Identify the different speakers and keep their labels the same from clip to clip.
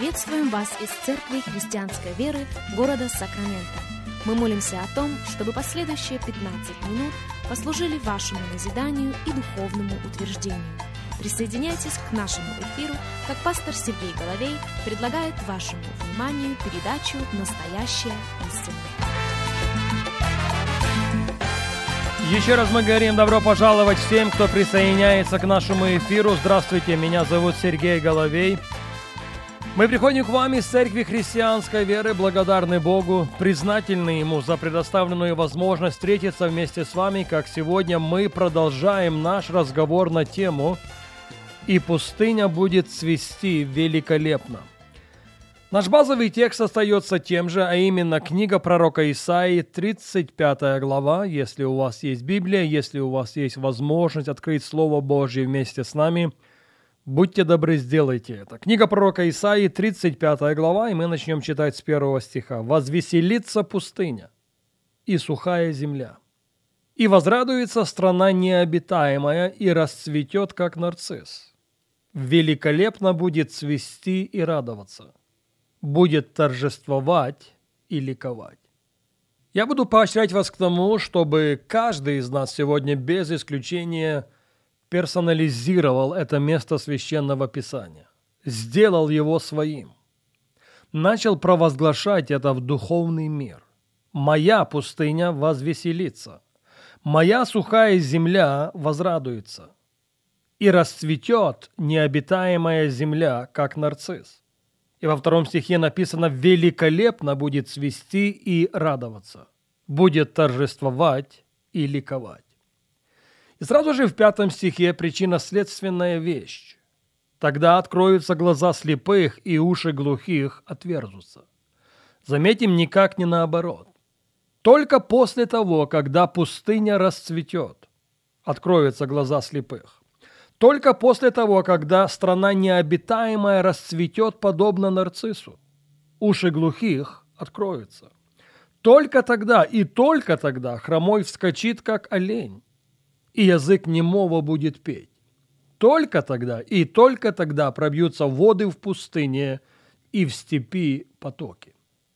Speaker 1: Приветствуем вас из Церкви Христианской Веры города Сакраменто. Мы молимся о том, чтобы последующие 15 минут послужили вашему назиданию и духовному утверждению. Присоединяйтесь к нашему эфиру, как пастор Сергей Головей предлагает вашему вниманию передачу «Настоящая истина».
Speaker 2: Еще раз мы говорим добро пожаловать всем, кто присоединяется к нашему эфиру. Здравствуйте, меня зовут Сергей Головей. Мы приходим к вам из Церкви Христианской Веры, благодарны Богу, признательны Ему за предоставленную возможность встретиться вместе с вами, как сегодня мы продолжаем наш разговор на тему «И пустыня будет цвести великолепно». Наш базовый текст остается тем же, а именно книга пророка Исаии, 35 глава. Если у вас есть Библия, если у вас есть возможность открыть Слово Божье вместе с нами, будьте добры, сделайте это. Книга пророка Исаии, 35 глава, и мы начнем читать с 1 стиха. «Возвеселится пустыня и сухая земля, и возрадуется страна необитаемая, и расцветет, как нарцисс. Великолепно будет цвести и радоваться, будет торжествовать и ликовать». Я буду поощрять вас к тому, чтобы каждый из нас сегодня без исключения персонализировал это место Священного Писания, сделал его своим, начал провозглашать это в духовный мир. «Моя пустыня возвеселится, моя сухая земля возрадуется, и расцветет необитаемая земля, как нарцисс». И во 2 стихе написано: «Великолепно будет цвести и радоваться, будет торжествовать и ликовать». И сразу же в 5 стихе причинно-следственная вещь. «Тогда откроются глаза слепых, и уши глухих отверзутся». Заметим, никак не наоборот. Только после того, когда пустыня расцветет, откроются глаза слепых. Только после того, когда страна необитаемая расцветет подобно нарциссу, уши глухих откроются. Только тогда и только тогда хромой вскочит, как олень, и язык немого будет петь. Только тогда и только тогда пробьются воды в пустыне и в степи потоки.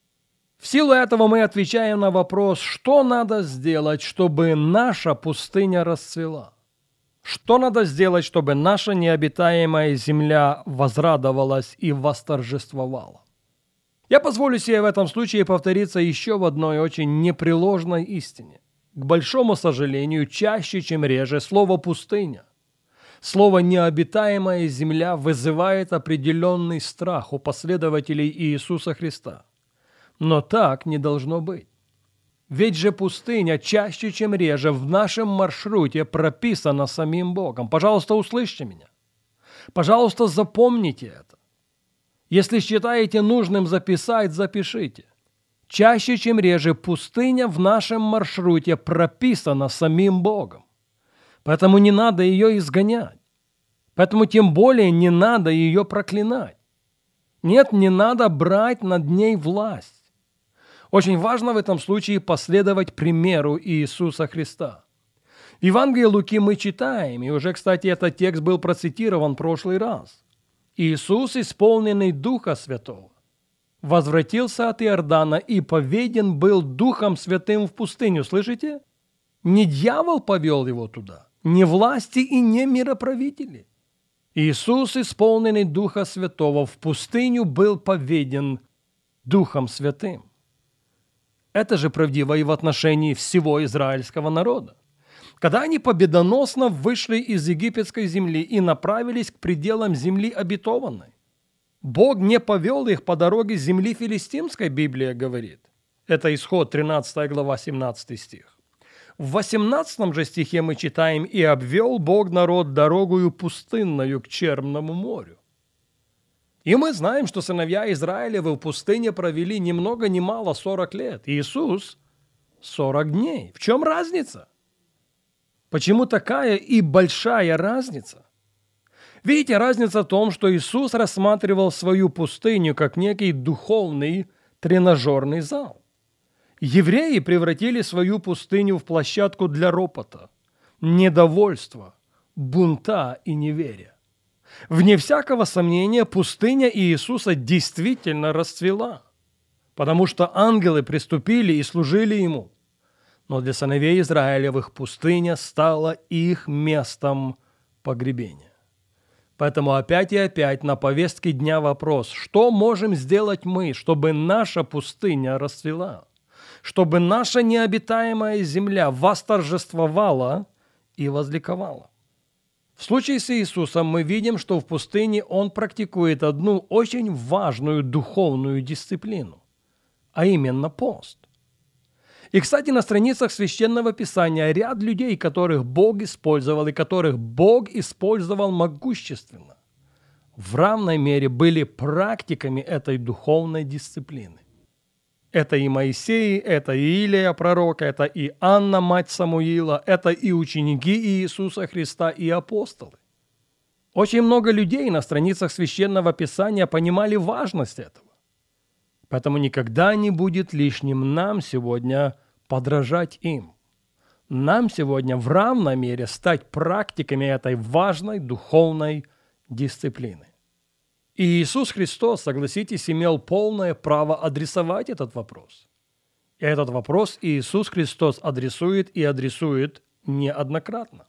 Speaker 2: В силу этого мы отвечаем на вопрос, что надо сделать, чтобы наша пустыня расцвела. Что надо сделать, чтобы наша необитаемая земля возрадовалась и восторжествовала? Я позволю себе в этом случае повториться еще в одной очень непреложной истине. К большому сожалению, чаще, чем реже, слово «пустыня», слово «необитаемая земля» вызывает определенный страх у последователей Иисуса Христа. Но так не должно быть. Ведь же пустыня чаще, чем реже, в нашем маршруте прописана самим Богом. Пожалуйста, услышьте меня. Пожалуйста, запомните это. Если считаете нужным записать, запишите. Чаще, чем реже, пустыня в нашем маршруте прописана самим Богом. Поэтому не надо ее изгонять. Поэтому тем более не надо ее проклинать. Нет, не надо брать над ней власть. Очень важно в этом случае последовать примеру Иисуса Христа. В Евангелии Луки мы читаем, и уже, кстати, этот текст был процитирован в прошлый раз. Иисус, исполненный Духа Святого, возвратился от Иордана и поведен был Духом Святым в пустыню. Слышите? Не дьявол повел его туда, не власти и не мироправители. Иисус, исполненный Духа Святого, в пустыню был поведен Духом Святым. Это же правдиво и в отношении всего израильского народа. Когда они победоносно вышли из египетской земли и направились к пределам земли обетованной, Бог не повел их по дороге земли филистимской, Библия говорит. Это Исход, 13 глава, 17 стих. В 18 же стихе мы читаем: «И обвел Бог народ дорогою пустынною к Черному морю». И мы знаем, что сыновья Израилевы в пустыне провели ни много ни мало 40 лет. Иисус 40 дней. В чем разница? Почему такая и большая разница? Видите, разница в том, что Иисус рассматривал свою пустыню как некий духовный тренажерный зал. Евреи превратили свою пустыню в площадку для ропота, недовольства, бунта и неверия. Вне всякого сомнения, пустыня Иисуса действительно расцвела, потому что ангелы приступили и служили Ему. Но для сыновей Израилевых пустыня стала их местом погребения. Поэтому опять и опять на повестке дня вопрос, что можем сделать мы, чтобы наша пустыня расцвела, чтобы наша необитаемая земля восторжествовала и возликовала. В случае с Иисусом мы видим, что в пустыне Он практикует одну очень важную духовную дисциплину, а именно пост. И, кстати, на страницах Священного Писания ряд людей, которых Бог использовал и которых Бог использовал могущественно, в равной мере были практиками этой духовной дисциплины. Это и Моисей, это и Илия, пророк, это и Анна, мать Самуила, это и ученики Иисуса Христа, и апостолы. Очень много людей на страницах Священного Писания понимали важность этого. Поэтому никогда не будет лишним нам сегодня подражать им. Нам сегодня в равной мере стать практиками этой важной духовной дисциплины. И Иисус Христос, согласитесь, имел полное право адресовать этот вопрос. И этот вопрос Иисус Христос адресует и адресует неоднократно.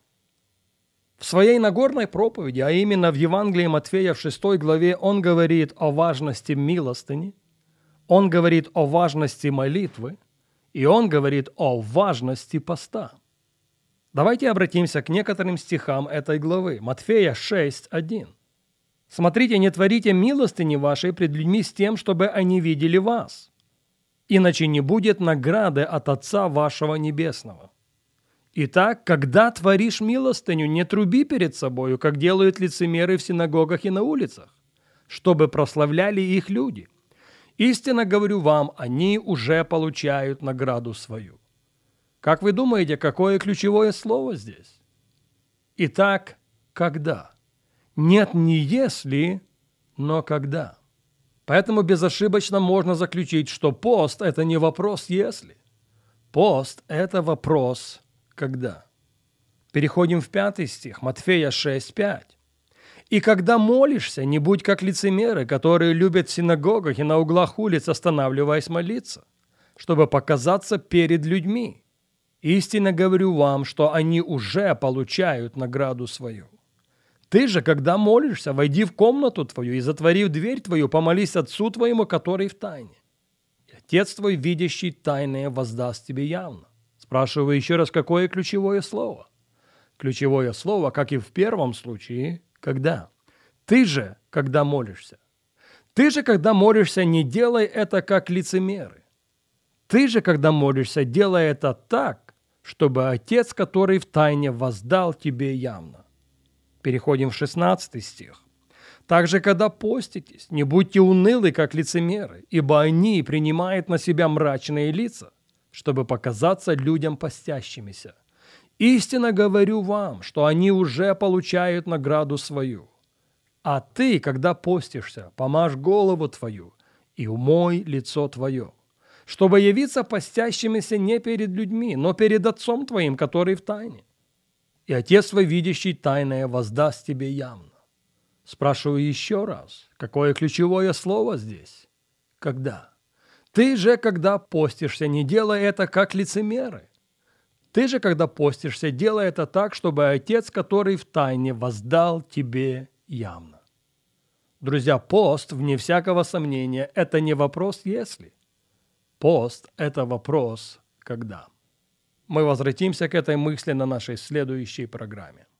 Speaker 2: В своей Нагорной проповеди, а именно в Евангелии Матфея в 6 главе, Он говорит о важности милостыни, Он говорит о важности молитвы, и Он говорит о важности поста. Давайте обратимся к некоторым стихам этой главы. Матфея 6:1. «Смотрите, не творите милостыни вашей пред людьми с тем, чтобы они видели вас, иначе не будет награды от Отца вашего Небесного. Итак, когда творишь милостыню, не труби перед собою, как делают лицемеры в синагогах и на улицах, чтобы прославляли их люди. Истинно говорю вам, они уже получают награду свою». Как вы думаете, какое ключевое слово здесь? Итак, когда? Нет, не если, но когда. Поэтому безошибочно можно заключить, что пост – это не вопрос «если». Пост – это вопрос «когда». Переходим в 5 стих, Матфея 6:5. «И когда молишься, не будь как лицемеры, которые любят в синагогах и на углах улиц, останавливаясь молиться, чтобы показаться перед людьми. Истинно говорю вам, что они уже получают награду свою. Ты же, когда молишься, войди в комнату твою и, затворив дверь твою, помолись Отцу твоему, который в тайне. И Отец твой, видящий тайное, воздаст тебе явно». Спрашиваю еще раз, какое ключевое слово? Ключевое слово, как и в первом случае, когда. Ты же, когда молишься. Ты же, когда молишься, не делай это, как лицемеры. Ты же, когда молишься, делай это так, чтобы Отец, который в тайне, воздал тебе явно. Переходим в 16 стих. «Также, когда поститесь, не будьте унылы, как лицемеры, ибо они принимают на себя мрачные лица, чтобы показаться людям постящимися. Истинно говорю вам, что они уже получают награду свою. А ты, когда постишься, помажь голову твою и умой лицо твое, чтобы явиться постящимися не перед людьми, но перед Отцом твоим, который в тайне. И Отец твой, видящий тайное, воздаст тебе явно». Спрашиваю еще раз, какое ключевое слово здесь? Когда? Ты же, когда постишься, не делай это, как лицемеры. Ты же, когда постишься, делай это так, чтобы Отец, который в тайне, воздал тебе явно. Друзья, пост, вне всякого сомнения, это не вопрос «если». Пост – это вопрос «когда». Мы возвратимся к этой мысли на нашей следующей программе.